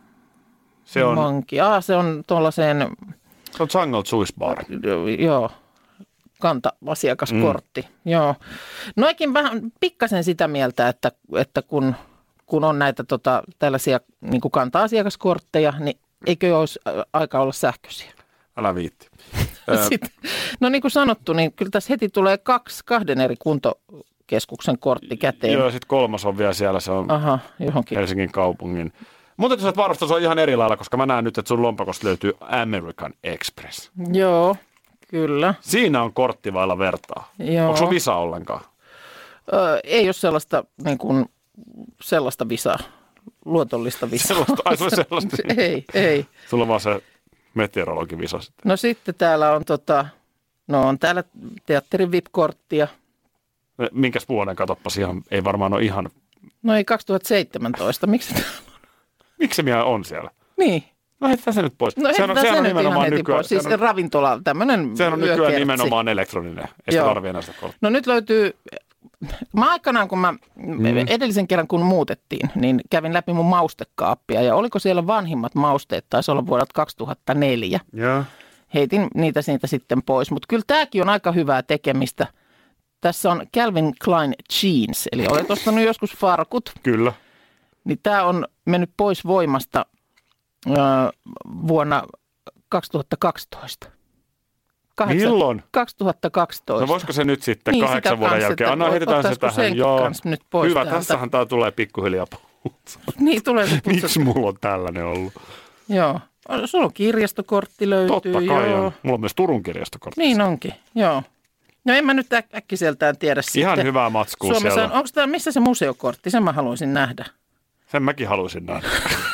Speaker 4: se on...
Speaker 3: manki? Ah, se on tuollaiseen...
Speaker 4: Se on Jungle Juice Bar.
Speaker 3: Joo, kanta-asiakaskortti. Mm. Joo. No eikin vähän pikkasen sitä mieltä, että, että kun, kun on näitä tota, tällaisia niin kuin kanta-asiakaskortteja, niin eikö olisi aika olla sähköisiä?
Speaker 4: Älä viitti.
Speaker 3: Sitten, no niin kuin sanottu, niin kyllä tässä heti tulee kaksi kahden eri kunto kauppakeskuksen kortti käteen.
Speaker 4: Joo, sitten kolmas on vielä siellä, se on
Speaker 3: Aha, johonkin.
Speaker 4: Helsingin kaupungin. Mutta jos olet varastus on ihan eri lailla, koska mä näen nyt, että sun lompakosta löytyy American Express.
Speaker 3: Joo, kyllä.
Speaker 4: Siinä on kortti vailla vertaa.
Speaker 3: Joo.
Speaker 4: Onko sun visa ollenkaan?
Speaker 3: Öö, ei ole sellaista, niin kuin, sellaista visaa, luotollista visaa.
Speaker 4: Sellaista, ai se on sellaista.
Speaker 3: ei, ei.
Speaker 4: Sulla on vaan se meteorologivisa sitten.
Speaker 3: No sitten täällä on, tota, no on täällä teatterin V I P-korttia.
Speaker 4: Minkäs vuoden, katoppas ihan, ei varmaan ole ihan...
Speaker 3: No ei kaksituhattaseitsemäntoista, miksi täällä on?
Speaker 4: Miksi se vielä on siellä?
Speaker 3: Niin.
Speaker 4: No heitetään se nyt pois.
Speaker 3: No
Speaker 4: sehän on,
Speaker 3: se
Speaker 4: sehän on
Speaker 3: nyt
Speaker 4: nimenomaan
Speaker 3: ihan heti
Speaker 4: nykyään,
Speaker 3: pois. Siis
Speaker 4: sehän on,
Speaker 3: ravintola, tämmöinen
Speaker 4: sehän on nykyään
Speaker 3: yökertsi.
Speaker 4: nimenomaan elektroninen. Ei sitä tarvitse enää sitä korttia.
Speaker 3: No nyt löytyy, mä aikanaan kun mä mm. edellisen kerran kun muutettiin, niin kävin läpi mun maustekaappia ja oliko siellä vanhimmat mausteet, taisi olla vuodelta kaksituhattaneljä.
Speaker 4: Joo.
Speaker 3: Heitin niitä siitä sitten pois, mutta kyllä tämäkin on aika hyvää tekemistä. Tässä on Calvin Klein Jeans, eli olet ostanut joskus farkut.
Speaker 4: Kyllä.
Speaker 3: Niin tämä on mennyt pois voimasta ö, vuonna kaksituhattakaksitoista. Kahdeksan,
Speaker 4: Milloin?
Speaker 3: kaksituhattakaksitoista.
Speaker 4: No voisiko se nyt sitten
Speaker 3: niin,
Speaker 4: kahdeksan vuoden jälkeen? Anna, heitetään se tähän. Joo.
Speaker 3: Nyt pois
Speaker 4: hyvä,
Speaker 3: täältä.
Speaker 4: tässähän tämä tulee pikkuhiljaa puhuttua.
Speaker 3: Niin tulee se
Speaker 4: Miksi mulla on tällainen ollut?
Speaker 3: Joo. Sulla on kirjastokortti löytyy.
Speaker 4: Totta kai
Speaker 3: joo.
Speaker 4: on. Mulla on myös Turun kirjastokortti.
Speaker 3: Niin onkin, joo. No en mä nyt äk- äkkiseltään tiedä
Speaker 4: Ihan
Speaker 3: sitten.
Speaker 4: hyvää matskua
Speaker 3: Suomessa
Speaker 4: siellä.
Speaker 3: on, onko tämä, missä se museokortti? Sen mä haluaisin nähdä.
Speaker 4: Sen mäkin haluaisin nähdä.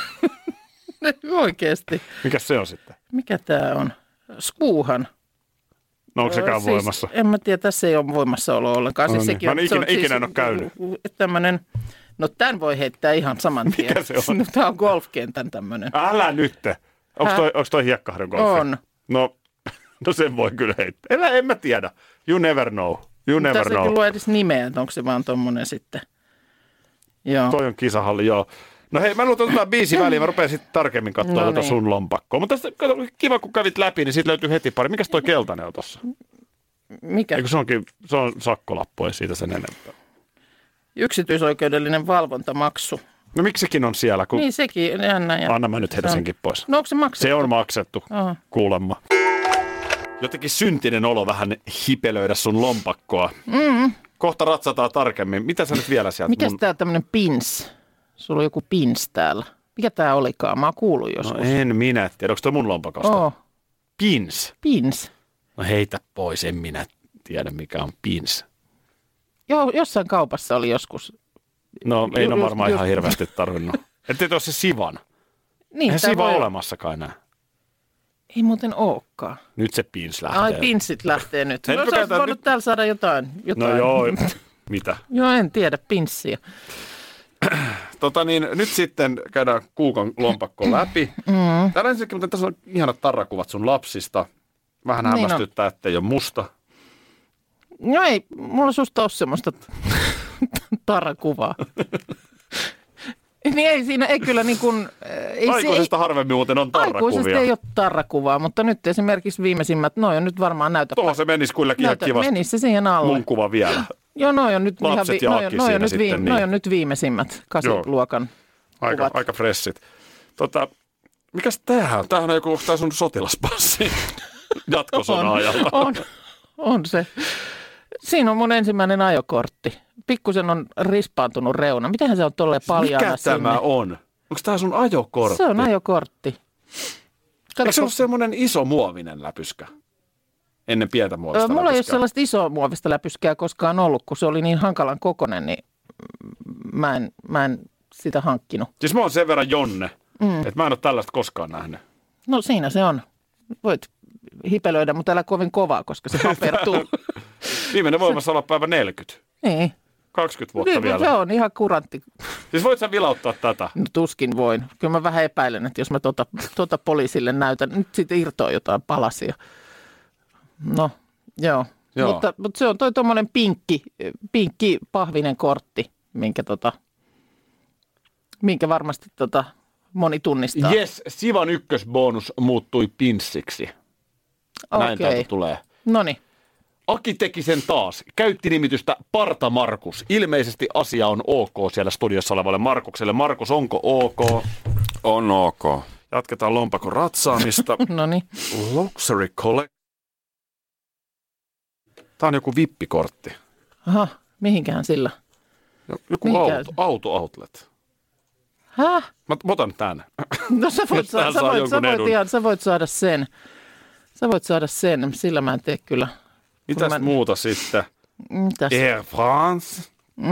Speaker 3: Oikeasti.
Speaker 4: Mikäs se on sitten?
Speaker 3: Mikä tämä on? Skuuhan.
Speaker 4: No onko sekään
Speaker 3: Siis,
Speaker 4: voimassa?
Speaker 3: En mä tiedä, tässä ei ole voimassaolo ollenkaan.
Speaker 4: No
Speaker 3: Siis
Speaker 4: niin.
Speaker 3: sekin
Speaker 4: Mä
Speaker 3: on,
Speaker 4: en
Speaker 3: se
Speaker 4: ikinä-
Speaker 3: on siis
Speaker 4: ikinä en ole käynyt.
Speaker 3: Tämmönen, no tämän voi heittää ihan saman tien.
Speaker 4: Mikä se on?
Speaker 3: No, tämä on golfkentän tämmöinen.
Speaker 4: Älä nytte. Onko toi, onko toi hiekkaharjun golfi?
Speaker 3: On.
Speaker 4: No, no sen voi kyllä heittää. En, en mä tiedä. You never know. You never
Speaker 3: Tässä
Speaker 4: know.
Speaker 3: ei lue edes nimeä, että onko se vaan tommonen sitten. Joo.
Speaker 4: Toi on kisahalli, joo. No hei, mä luulen ottaa biisi väliin. Mä rupean sitten tarkemmin katsoa
Speaker 3: No
Speaker 4: tätä
Speaker 3: niin.
Speaker 4: sun lompakkoa. Mutta tästä, kato, kiva kun kävit läpi, niin siitä löytyy heti pari. Mikäs toi keltainen on tossa?
Speaker 3: Mikä?
Speaker 4: Eikö se onkin, se on sakkolappu, ei siitä sen enempää.
Speaker 3: Yksityisoikeudellinen valvontamaksu.
Speaker 4: No miksi sekin on siellä? Kun...
Speaker 3: Niin sekin, jännä. Ja...
Speaker 4: Anna mä nyt heitä
Speaker 3: se on-
Speaker 4: senkin pois.
Speaker 3: No onko se maksettu?
Speaker 4: Se on maksettu,
Speaker 3: Aha.
Speaker 4: kuulemma. Jotenkin syntinen olo vähän hipelöidä sun lompakkoa.
Speaker 3: Mm.
Speaker 4: Kohta ratsataan tarkemmin. Mitä sä nyt vielä sieltä?
Speaker 3: Mikäs
Speaker 4: mun...
Speaker 3: tää tämmönen pins? Sulla on joku pins täällä. Mikä tää olikaan? Mä oon kuullut joskus.
Speaker 4: No en minä tiedä. Onko toi mun lompakosta?
Speaker 3: Oo,
Speaker 4: Pins.
Speaker 3: pins.
Speaker 4: No heitä pois, en minä tiedä mikä on pins.
Speaker 3: Joo, jossain kaupassa oli joskus.
Speaker 4: No ei
Speaker 3: Ju-
Speaker 4: ole
Speaker 3: just-
Speaker 4: varmaan
Speaker 3: just-
Speaker 4: ihan hirveästi tarvinnut. Että et ole se Sivan.
Speaker 3: Niin,
Speaker 4: Eihän
Speaker 3: tää
Speaker 4: Siva
Speaker 3: voi-
Speaker 4: olemassakaan enää.
Speaker 3: Ei muuten ookaan.
Speaker 4: Nyt se pins lähtee.
Speaker 3: Ai, pinsit lähtee nyt.
Speaker 4: Hei,
Speaker 3: No,
Speaker 4: nyt
Speaker 3: sä
Speaker 4: käytetään
Speaker 3: voinut
Speaker 4: nyt-
Speaker 3: täällä saada jotain. jotain.
Speaker 4: No joo, mitä?
Speaker 3: Joo, en tiedä, pinssiä.
Speaker 4: Tota niin, nyt sitten käydään Kuukon lompakko läpi. Mm. Täällä ensinnäkin, mutta tässä on ihanat tarrakuvat sun lapsista. Vähän
Speaker 3: Niin
Speaker 4: hämmästyttää, ettei ole musta.
Speaker 3: No ei, mulla susta ole semmoista tarrakuvaa. Niin ei siinä, ei kyllä niin kuin... Ei se,
Speaker 4: Aikuisesta harvemmin muuten on
Speaker 3: aikuisesta
Speaker 4: tarrakuvia.
Speaker 3: ei ole tarrakuvaa, mutta nyt esimerkiksi viimeisimmät, noi on nyt varmaan näytä.
Speaker 4: Tuohon se menisi kylläkin ihan
Speaker 3: näytä
Speaker 4: kivasti.
Speaker 3: menisi se siihen alle.
Speaker 4: Mun kuva vielä.
Speaker 3: Joo, noi on nyt,
Speaker 4: Lapset
Speaker 3: ihan,
Speaker 4: ja
Speaker 3: noi,
Speaker 4: Aki
Speaker 3: noi,
Speaker 4: siinä
Speaker 3: on nyt
Speaker 4: sitten,
Speaker 3: viime,
Speaker 4: niin.
Speaker 3: noi on nyt viimeisimmät kasiluokan
Speaker 4: Aika,
Speaker 3: kuvat.
Speaker 4: aika fressit. Tota, mikäs tämähän on? Tämähän on joku tää sun sotilaspassi jatkosodan ajalta.
Speaker 3: On, on se. Siinä on mun ensimmäinen ajokortti. Pikkusen on rispaantunut reuna. Mitähän se on tolleen paljaana
Speaker 4: Mikä
Speaker 3: sinne?
Speaker 4: tämä on? Onko tämä sun ajokortti?
Speaker 3: Se on ajokortti.
Speaker 4: Eikö se ole semmoinen iso muovinen läpyskä? Ennen pientä muovista
Speaker 3: Mulla ei ole
Speaker 4: läpyskää.
Speaker 3: sellaista isoa muovista läpyskää koskaan ollut, kun se oli niin hankalan kokonen, niin mä en, mä en sitä hankkinut.
Speaker 4: Siis mä oon sen verran Jonne, mm. että mä en ole tällaista koskaan nähnyt.
Speaker 3: No siinä se on. Voit hipelöidä, mutta älä kovin kovaa, koska se papertuu.
Speaker 4: Viimeinen voimassa olla päivä neljäkymmentä.
Speaker 3: Niin.
Speaker 4: kaksikymmentä vuotta
Speaker 3: Niin,
Speaker 4: vielä.
Speaker 3: se on ihan kurantti.
Speaker 4: Siis voit sä vilauttaa tätä?
Speaker 3: No, tuskin voin. Kyllä mä vähän epäilen, että jos mä tuota, tuota poliisille näytän, nyt siitä irtoaa jotain palasia. No, joo.
Speaker 4: Joo.
Speaker 3: Mutta, mutta se on toi tommonen pinkki, pinkki pahvinen kortti, minkä, tota, minkä varmasti tota, moni tunnistaa.
Speaker 4: Yes, Sivan ykkösbonus muuttui pinssiksi. Näin
Speaker 3: Okei.
Speaker 4: täältä tulee.
Speaker 3: Noniin.
Speaker 4: Aki teki sen taas. Käytti nimitystä Parta Markus. Ilmeisesti asia on ok siellä studiossa olevalle Markukselle. Markus, onko ok?
Speaker 5: On ok.
Speaker 4: Jatketaan lompakon ratsaamista.
Speaker 3: Noniin.
Speaker 4: Luxury Collect. Tämä on joku vippikortti.
Speaker 3: Aha. Mihinkään sillä?
Speaker 4: Joku
Speaker 3: Mihinkään?
Speaker 4: auto, auto outlet.
Speaker 3: Häh?
Speaker 4: Mä, mä otan tänne.
Speaker 3: No sä voit,
Speaker 4: Tähän
Speaker 3: sa- sä
Speaker 4: saa
Speaker 3: voit, sä
Speaker 4: jonkun
Speaker 3: voit,
Speaker 4: edun.
Speaker 3: ihan, sä voit saada sen. Sä voit saada sen. Sillä mä en tee kyllä.
Speaker 4: Mitäs
Speaker 3: mä-
Speaker 4: muuta sitten?
Speaker 3: Mitäs?
Speaker 4: Air France.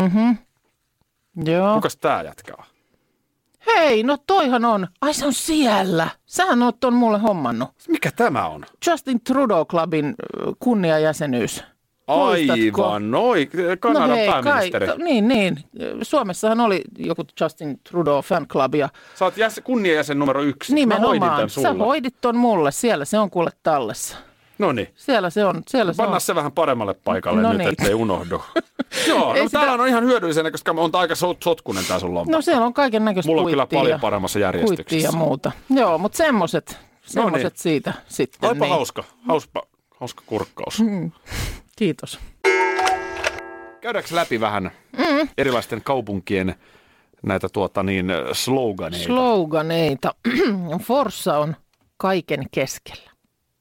Speaker 3: Joo.
Speaker 4: Kukas tää jätkää?
Speaker 3: Hei, no toihan on. Ai se on siellä. Sähän oot ton mulle hommannut.
Speaker 4: Mikä tämä on?
Speaker 3: Justin Trudeau Clubin ö, kunniajäsenyys. Muistatko?
Speaker 4: Aivan, noi, Kanadan
Speaker 3: no hei,
Speaker 4: pääministeri.
Speaker 3: Kai, niin, niin. Suomessahan oli joku Justin Trudeau fan club ja
Speaker 4: Sä oot jäsen, kunniajäsen numero yksi. Mä hoidin
Speaker 3: nimenomaan.
Speaker 4: tän
Speaker 3: Sä
Speaker 4: sulle.
Speaker 3: hoidit ton mulle. Siellä se on kuule tallessa.
Speaker 4: No niin.
Speaker 3: Siellä se on. Siellä se on.
Speaker 4: Pannaan se vähän paremmalle paikalle
Speaker 3: No
Speaker 4: nyt,
Speaker 3: niin.
Speaker 4: ettei unohdu. Joo,
Speaker 3: Ei
Speaker 4: no
Speaker 3: sitä-
Speaker 4: täällä on ihan hyödyllisenä, koska on aika sot- sotkunen tää sun lompa.
Speaker 3: No siellä on kaiken näköistä
Speaker 4: Mulla on kyllä
Speaker 3: kuittia
Speaker 4: paljon
Speaker 3: ja-
Speaker 4: paremmassa
Speaker 3: kuittia
Speaker 4: järjestyksessä.
Speaker 3: ja muuta. Joo, mutta semmoset, semmoset
Speaker 4: niin.
Speaker 3: siitä sitten.
Speaker 4: Olipa
Speaker 3: niin.
Speaker 4: hauska, hauska, hauska kurkkaus.
Speaker 3: Kiitos.
Speaker 4: Käydäänkö läpi vähän mm. erilaisten kaupunkien näitä tuota niin sloganeita?
Speaker 3: Sloganeita. Forssa on kaiken keskellä.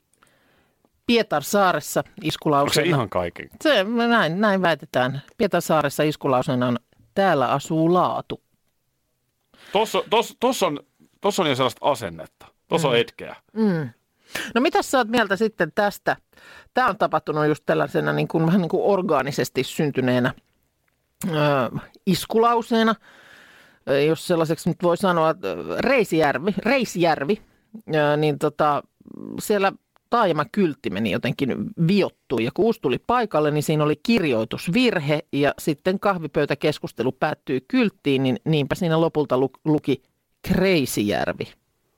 Speaker 3: Pietarsaaressa
Speaker 4: Onko se
Speaker 3: iskulauseena.
Speaker 4: ihan kaiken?
Speaker 3: Se, näin, näin väitetään. Pietarsaaressa iskulauseena on täällä asuu laatu.
Speaker 4: Tuossa tos, tos on, tos on jo sellaista asennetta. Tuossa mm. on etkeä.
Speaker 3: No mitä sä oot mieltä sitten tästä? Tämä on tapahtunut just tällaisena niin kuin, vähän niin kuin orgaanisesti syntyneenä ö, iskulauseena, Ö, jos sellaiseksi nyt voi sanoa, että Reisjärvi, Reisjärvi ö, niin tota, siellä taajamakyltti meni jotenkin viottui ja kun uusi tuli paikalle, niin siinä oli kirjoitusvirhe ja sitten kahvipöytäkeskustelu päättyi kylttiin, niin niinpä siinä lopulta lu- luki Kreisijärvi.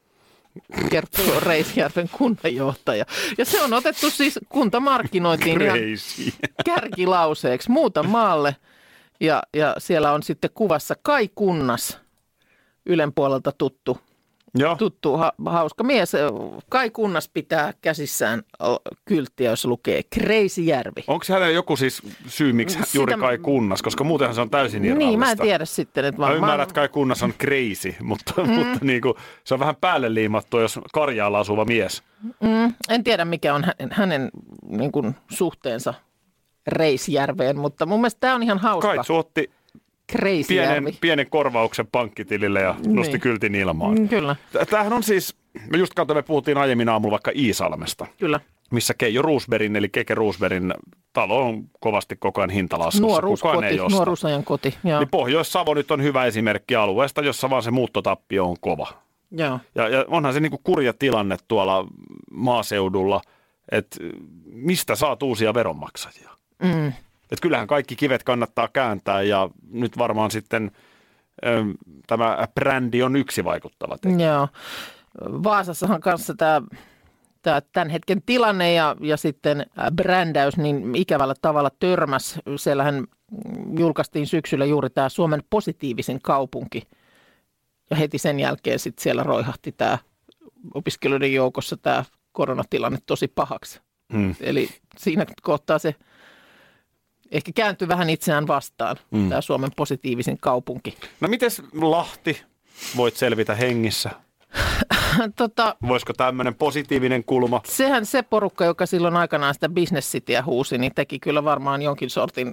Speaker 3: Kertoo Reisjärven kunnanjohtaja. Ja se on otettu siis kuntamarkkinointiin ihan
Speaker 4: Crazy.
Speaker 3: kärkilauseeksi muuta maalle. Ja, ja siellä on sitten kuvassa Kai Kunnas, Ylen puolelta tuttu,
Speaker 4: Joo.
Speaker 3: tuttu ha, hauska mies. Kai Kunnas pitää käsissään o, kylttiä, jossa lukee Kreisijärvi.
Speaker 4: Onko hänellä joku siis syy, miksi
Speaker 3: Sitä-
Speaker 4: juuri Kai Kunnas? Koska muutenhan se on täysin irrallista.
Speaker 3: Niin, mä en tiedä sitten. Että
Speaker 4: Mä
Speaker 3: varmaan-
Speaker 4: ymmärrän, että Kai Kunnas on crazy, mutta, mm. mutta niin kuin, se on vähän päälle liimattu, jos Karjaalla asuva mies.
Speaker 3: Mm, en tiedä, mikä on hänen, hänen niin kuin, suhteensa Reisjärveen, mutta mun mielestä tämä on ihan hauska.
Speaker 4: Kai otti
Speaker 3: Kreisijärvi.
Speaker 4: pienen, pienen korvauksen pankkitilille ja nosti
Speaker 3: Niin.
Speaker 4: kyltin ilmaan.
Speaker 3: Mm, Kyllä,
Speaker 4: Tämähän on siis, me just katsoin, me puhuttiin aiemmin aamulla vaikka Iisalmesta,
Speaker 3: kyllä.
Speaker 4: missä Keijo Roosbergin eli Keke Roosbergin talo on kovasti koko ajan hintalaskussa. Kukaan
Speaker 3: Nuoruuskoti,
Speaker 4: ei osta.
Speaker 3: nuoruusajan koti. Joo.
Speaker 4: Niin Pohjois-Savo nyt on hyvä esimerkki alueesta, jossa vaan se muuttotappio on kova.
Speaker 3: Joo.
Speaker 4: Ja, ja onhan se niinku kurja tilanne tuolla maaseudulla, että mistä saat uusia veronmaksajia.
Speaker 3: Mm.
Speaker 4: Et kyllähän kaikki kivet kannattaa kääntää ja nyt varmaan sitten ö, tämä brändi on yksi vaikuttava tekijä.
Speaker 3: Joo. Vaasassahan kanssa tämä, tämä tämän hetken tilanne ja, ja sitten brändäys niin ikävällä tavalla törmäs. Siellähän julkaistiin syksyllä juuri tämä Suomen positiivisin kaupunki. Ja heti sen jälkeen sitten siellä roihahti tämä opiskelijoiden joukossa tämä koronatilanne tosi pahaksi.
Speaker 4: Hmm.
Speaker 3: Eli siinä kohtaa se ehkä kääntyy vähän itseään vastaan, mm. tämä Suomen positiivisin kaupunki.
Speaker 4: No mites Lahti? Voit selvitä hengissä.
Speaker 3: tota,
Speaker 4: Voisiko tämmöinen positiivinen kulma?
Speaker 3: sehän se porukka, joka silloin aikanaan sitä Business Cityä huusi, niin teki kyllä varmaan jonkin sortin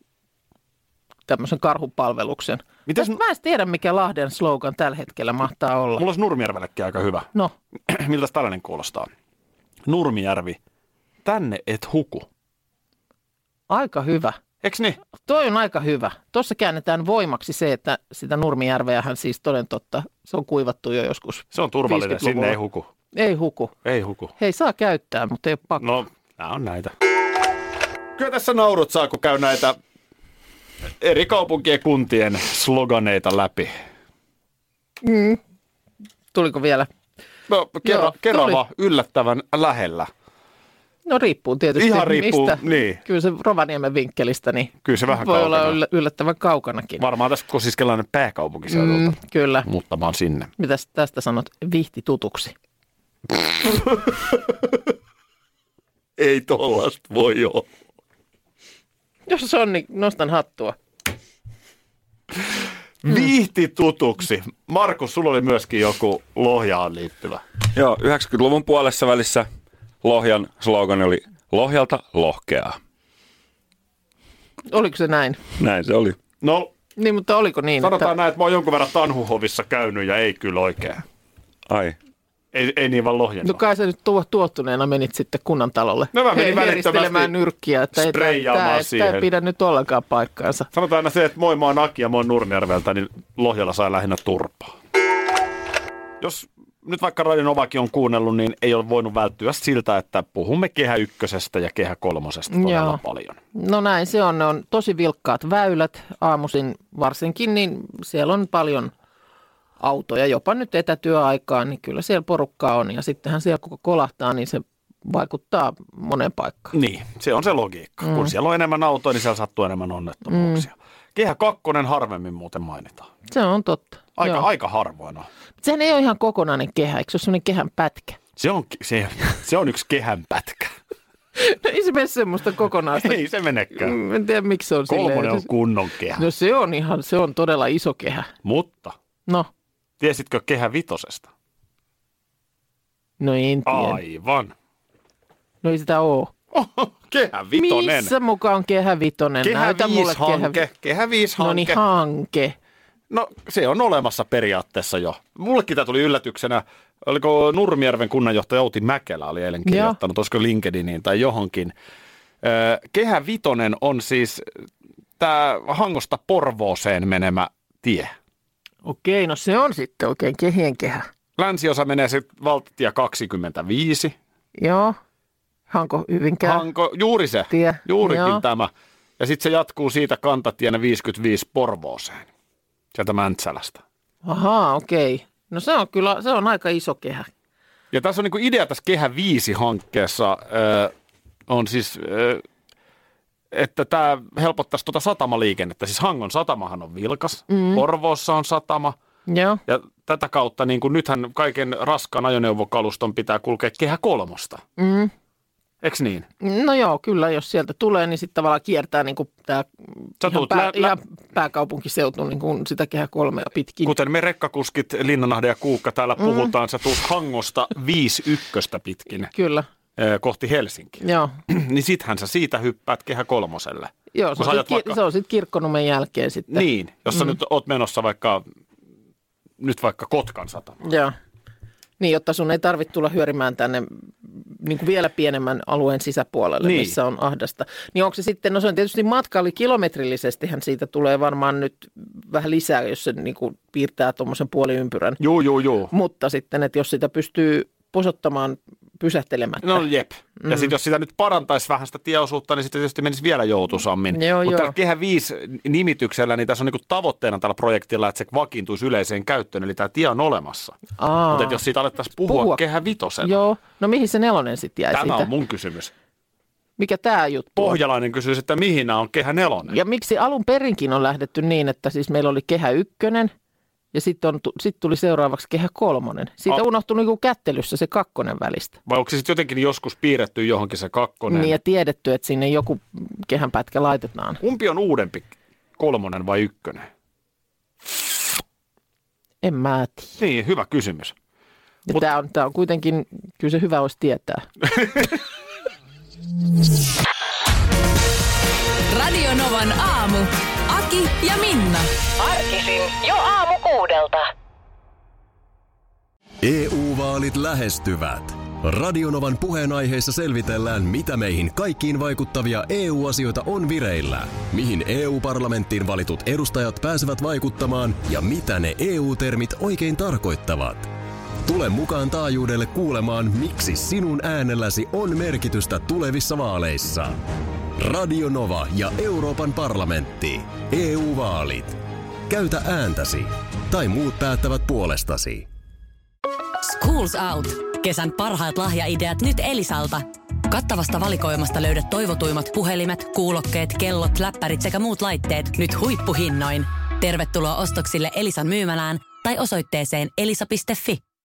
Speaker 3: tämmöisen karhupalveluksen.
Speaker 4: Mites-
Speaker 3: Mä, mä en tiedä, mikä Lahden slogan tällä hetkellä mahtaa olla.
Speaker 4: Mulla olisi Nurmijärvellekin aika hyvä.
Speaker 3: No,
Speaker 4: Miltä tällainen kuulostaa? Nurmijärvi, tänne et huku.
Speaker 3: aika hyvä.
Speaker 4: Eiks niin?
Speaker 3: Toi on aika hyvä. Tuossa käännetään voimaksi se, että sitä Nurmijärveähän siis toden totta, se on kuivattu jo joskus.
Speaker 4: Se on turvallinen,
Speaker 3: viisikymmentäluvulla.
Speaker 4: sinne ei huku.
Speaker 3: Ei huku.
Speaker 4: Ei huku.
Speaker 3: Hei, saa käyttää, mutta ei ole pakko.
Speaker 4: No, nämä on näitä. Kyllä tässä naurut saa, kun käy näitä eri kaupunkien kuntien sloganeita läpi.
Speaker 3: Tuliko vielä?
Speaker 4: No, kerro,
Speaker 3: Joo,
Speaker 4: Kerava yllättävän lähellä.
Speaker 3: No riippuu tietysti
Speaker 4: Ihan riippuu,
Speaker 3: mistä.
Speaker 4: niin.
Speaker 3: Kyllä se Rovaniemen vinkkelistä niin
Speaker 4: Kyllä se vähän
Speaker 3: voi
Speaker 4: kaukana.
Speaker 3: olla yllä- yllättävän kaukanakin.
Speaker 4: Varmaan tässä kosiskellaan pääkaupunkiseudulta,
Speaker 3: Mm, kyllä.
Speaker 4: mutta mä oon sinne.
Speaker 3: Mitäs tästä sanot? Vihti tutuksi.
Speaker 4: Ei tollasta voi olla.
Speaker 3: Jos on, niin nostan hattua.
Speaker 4: Viihti tutuksi. Markus, sulla oli myöskin joku Lohjaan liittyvä.
Speaker 5: Joo, yhdeksänkymmentäluvun puolessa välissä Lohjan slogan oli Lohjalta lohkeaa.
Speaker 3: Oliko se näin?
Speaker 5: Näin se oli.
Speaker 4: No,
Speaker 3: Niin, mutta oliko niin?
Speaker 4: sanotaan
Speaker 3: että...
Speaker 4: näin, että mä oon jonkun verran Tanhuhovissa käynyt ja ei kyllä oikein.
Speaker 5: Ai.
Speaker 4: Ei, ei niin vaan Lohjalla.
Speaker 3: No kai sä nyt tuo, tuottuneena menit sitten kunnantalolle.
Speaker 4: No mä menin
Speaker 3: He- heristelemään
Speaker 4: välittömästi
Speaker 3: nyrkkiä, että ei
Speaker 4: spreijaamaan
Speaker 3: tämä
Speaker 4: siihen.
Speaker 3: ei pidä nyt ollenkaan paikkaansa.
Speaker 4: Sanotaan aina se, että moi mä oon Aki ja mä oon Nurmijärveltä, niin Lohjalla sai lähinnä turpaa. Jos nyt vaikka Radio Novakin on kuunnellut, niin ei ole voinut välttyä siltä, että puhumme Kehä ykkösestä ja Kehä kolmosesta todella
Speaker 3: Joo.
Speaker 4: paljon.
Speaker 3: No näin se on. Ne on tosi vilkkaat väylät aamuisin varsinkin, niin siellä on paljon autoja, jopa nyt etätyöaikaan, niin kyllä siellä porukkaa on. Ja sittenhän siellä kun kolahtaa, niin se vaikuttaa moneen paikkaan.
Speaker 4: Niin, se on se logiikka. Mm. Kun siellä on enemmän autoja, niin siellä sattuu enemmän onnettomuuksia. Mm. Kehä kakkonen harvemmin muuten mainitaan.
Speaker 3: Se on totta.
Speaker 4: Aika,
Speaker 3: Joo.
Speaker 4: aika harvoin on.
Speaker 3: Sehän ei ole ihan kokonainen kehä, eikö se ole sellainen kehän pätkä?
Speaker 4: Se on, se, se on yksi kehän pätkä.
Speaker 3: No ei se mene semmoista kokonaista.
Speaker 4: Ei se menekään.
Speaker 3: Mm, En tiedä miksi se on
Speaker 4: Kolmonen
Speaker 3: silleen.
Speaker 4: on kunnon kehä.
Speaker 3: No se on ihan, se on todella iso kehä.
Speaker 4: Mutta
Speaker 3: No,
Speaker 4: tiesitkö Kehä vitosesta?
Speaker 3: no en tiedä.
Speaker 4: Aivan.
Speaker 3: No ei sitä ole.
Speaker 4: Oho, Kehä vitonen.
Speaker 3: Missä mukaan kehä vitonen?
Speaker 4: Kehä
Speaker 3: Näytä mulle
Speaker 4: viisi hanke. Kehä viisi
Speaker 3: No
Speaker 4: hanke.
Speaker 3: niin, hanke.
Speaker 4: No se on olemassa periaatteessa jo. Mullekin tämä tuli yllätyksenä. Oliko Nurmijärven kunnanjohtaja Outi Mäkelä oli eilen kirjoittanut, olisiko LinkedIniin tai johonkin. Kehä vitonen on siis tämä Hangosta Porvooseen menemä tie.
Speaker 3: Okei, no se on sitten oikein kehien kehä.
Speaker 4: Länsiosa menee sitten valtatie kaksikymmentäviisi.
Speaker 3: Joo. Hanko Hyvinkää.
Speaker 4: Hanko, juuri se,
Speaker 3: Tie,
Speaker 4: juurikin
Speaker 3: joo.
Speaker 4: tämä. Ja sitten se jatkuu siitä kantatienä viisikymmentäviisi Porvooseen, sieltä Mäntsälästä.
Speaker 3: Ahaa, okei. No se on kyllä, se on aika iso kehä.
Speaker 4: Ja tässä on niinku idea tässä Kehä viisi-hankkeessa äh, on siis, äh, että tämä helpottaisi tuota satamaliikennettä. Siis Hangon satamahan on vilkas, mm. Porvoossa on satama.
Speaker 3: Joo.
Speaker 4: Ja tätä kautta niin kuin nythän kaiken raskaan ajoneuvokaluston pitää kulkea Kehä kolmosta.
Speaker 3: Mm.
Speaker 4: Eks niin?
Speaker 3: No joo, kyllä, jos sieltä tulee, niin sitten tavallaan kiertää niin kuin tämä
Speaker 4: Sä
Speaker 3: ihan,
Speaker 4: tulet
Speaker 3: pää,
Speaker 4: lä-
Speaker 3: ihan pääkaupunkiseutu niin kuin sitä kehä kolmea pitkin.
Speaker 4: Kuten me rekkakuskit Linnanahde ja Kuukka täällä mm. puhutaan, sä tulet Hangosta viisi ykköstä pitkin
Speaker 3: Kyllä,
Speaker 4: eh, kohti Helsinkiä.
Speaker 3: joo.
Speaker 4: Niin sittenhän sä siitä hyppäät Kehä kolmoselle.
Speaker 3: Joo, se
Speaker 4: Kun sä
Speaker 3: on,
Speaker 4: ajat
Speaker 3: sit, vaikka... se on sitten Kirkkonummen jälkeen sitten.
Speaker 4: Niin, jos sä mm. nyt oot menossa vaikka, nyt vaikka Kotkan satamaan.
Speaker 3: Joo. Niin, jotta sun ei tarvitse tulla hyörimään tänne niin kuin vielä pienemmän alueen sisäpuolelle,
Speaker 4: Niin.
Speaker 3: missä on ahdasta. Niin onko se sitten, no se on tietysti matkailu kilometrillisestihän siitä tulee varmaan nyt vähän lisää, jos se niin kuin piirtää tuommoisen puoliympyrän.
Speaker 4: Juu, juu, juu.
Speaker 3: Mutta sitten, että jos sitä pystyy posottamaan pysähtelemättä.
Speaker 4: No jep. Ja sitten jos sitä nyt parantaisi vähän sitä tieosuutta, niin sitten tietysti menisi vielä joutuisammin.
Speaker 3: Joo,
Speaker 4: Mutta
Speaker 3: joo.
Speaker 4: tällä Kehä viisi nimityksellä, niin tässä on niinku tavoitteena tällä projektilla, että se vakiintuisi yleiseen käyttöön, eli tämä tie on olemassa.
Speaker 3: Aa.
Speaker 4: Mutta jos siitä alettaisiin puhua,
Speaker 3: Puhua.
Speaker 4: puhua Kehä vitosena,
Speaker 3: Joo, no mihin se nelonen sitten jäi
Speaker 4: tämä
Speaker 3: siitä?
Speaker 4: on mun kysymys.
Speaker 3: Mikä tämä juttu on?
Speaker 4: Pohjalainen kysyisi, että mihin nämä on Kehä nelonen?
Speaker 3: Ja miksi alun perinkin on lähdetty niin, että siis meillä oli kehä ykkönen ja sitten on, sit tuli seuraavaksi kehä kolmonen. Siitä
Speaker 4: A-
Speaker 3: unohtui niinku kättelyssä se kakkonen välistä.
Speaker 4: Vai onko se sitten jotenkin joskus piirretty johonkin se kakkonen?
Speaker 3: Niin ja tiedetty, että sinne joku kehänpätkä laitetaan.
Speaker 4: Kumpi on uudempi, kolmonen vai ykkönen?
Speaker 3: En mä tiedä.
Speaker 4: Niin, hyvä kysymys.
Speaker 3: Ja
Speaker 4: Mut-
Speaker 3: Tämä on, tää on kuitenkin, kyllä se hyvä olisi tietää.
Speaker 2: Radio Novan aamu. Aki ja Minna.
Speaker 8: Arkisin jo aamu kuudelta.
Speaker 1: E U-vaalit lähestyvät. Radionovan puheenaiheessa selvitellään, mitä meihin kaikkiin vaikuttavia E U-asioita on vireillä, mihin E U-parlamenttiin valitut edustajat pääsevät vaikuttamaan ja mitä ne E U-termit oikein tarkoittavat. Tule mukaan taajuudelle kuulemaan, miksi sinun äänelläsi on merkitystä tulevissa vaaleissa. Radio Nova ja Euroopan parlamentti. E U-vaalit. Käytä ääntäsi. Tai muut päättävät puolestasi.
Speaker 8: Schools Out. Kesän parhaat lahjaideat nyt Elisalta. Kattavasta valikoimasta löydät toivotuimmat puhelimet, kuulokkeet, kellot, läppärit sekä muut laitteet nyt huippuhinnoin. Tervetuloa ostoksille Elisan myymälään tai osoitteeseen elisa piste fi.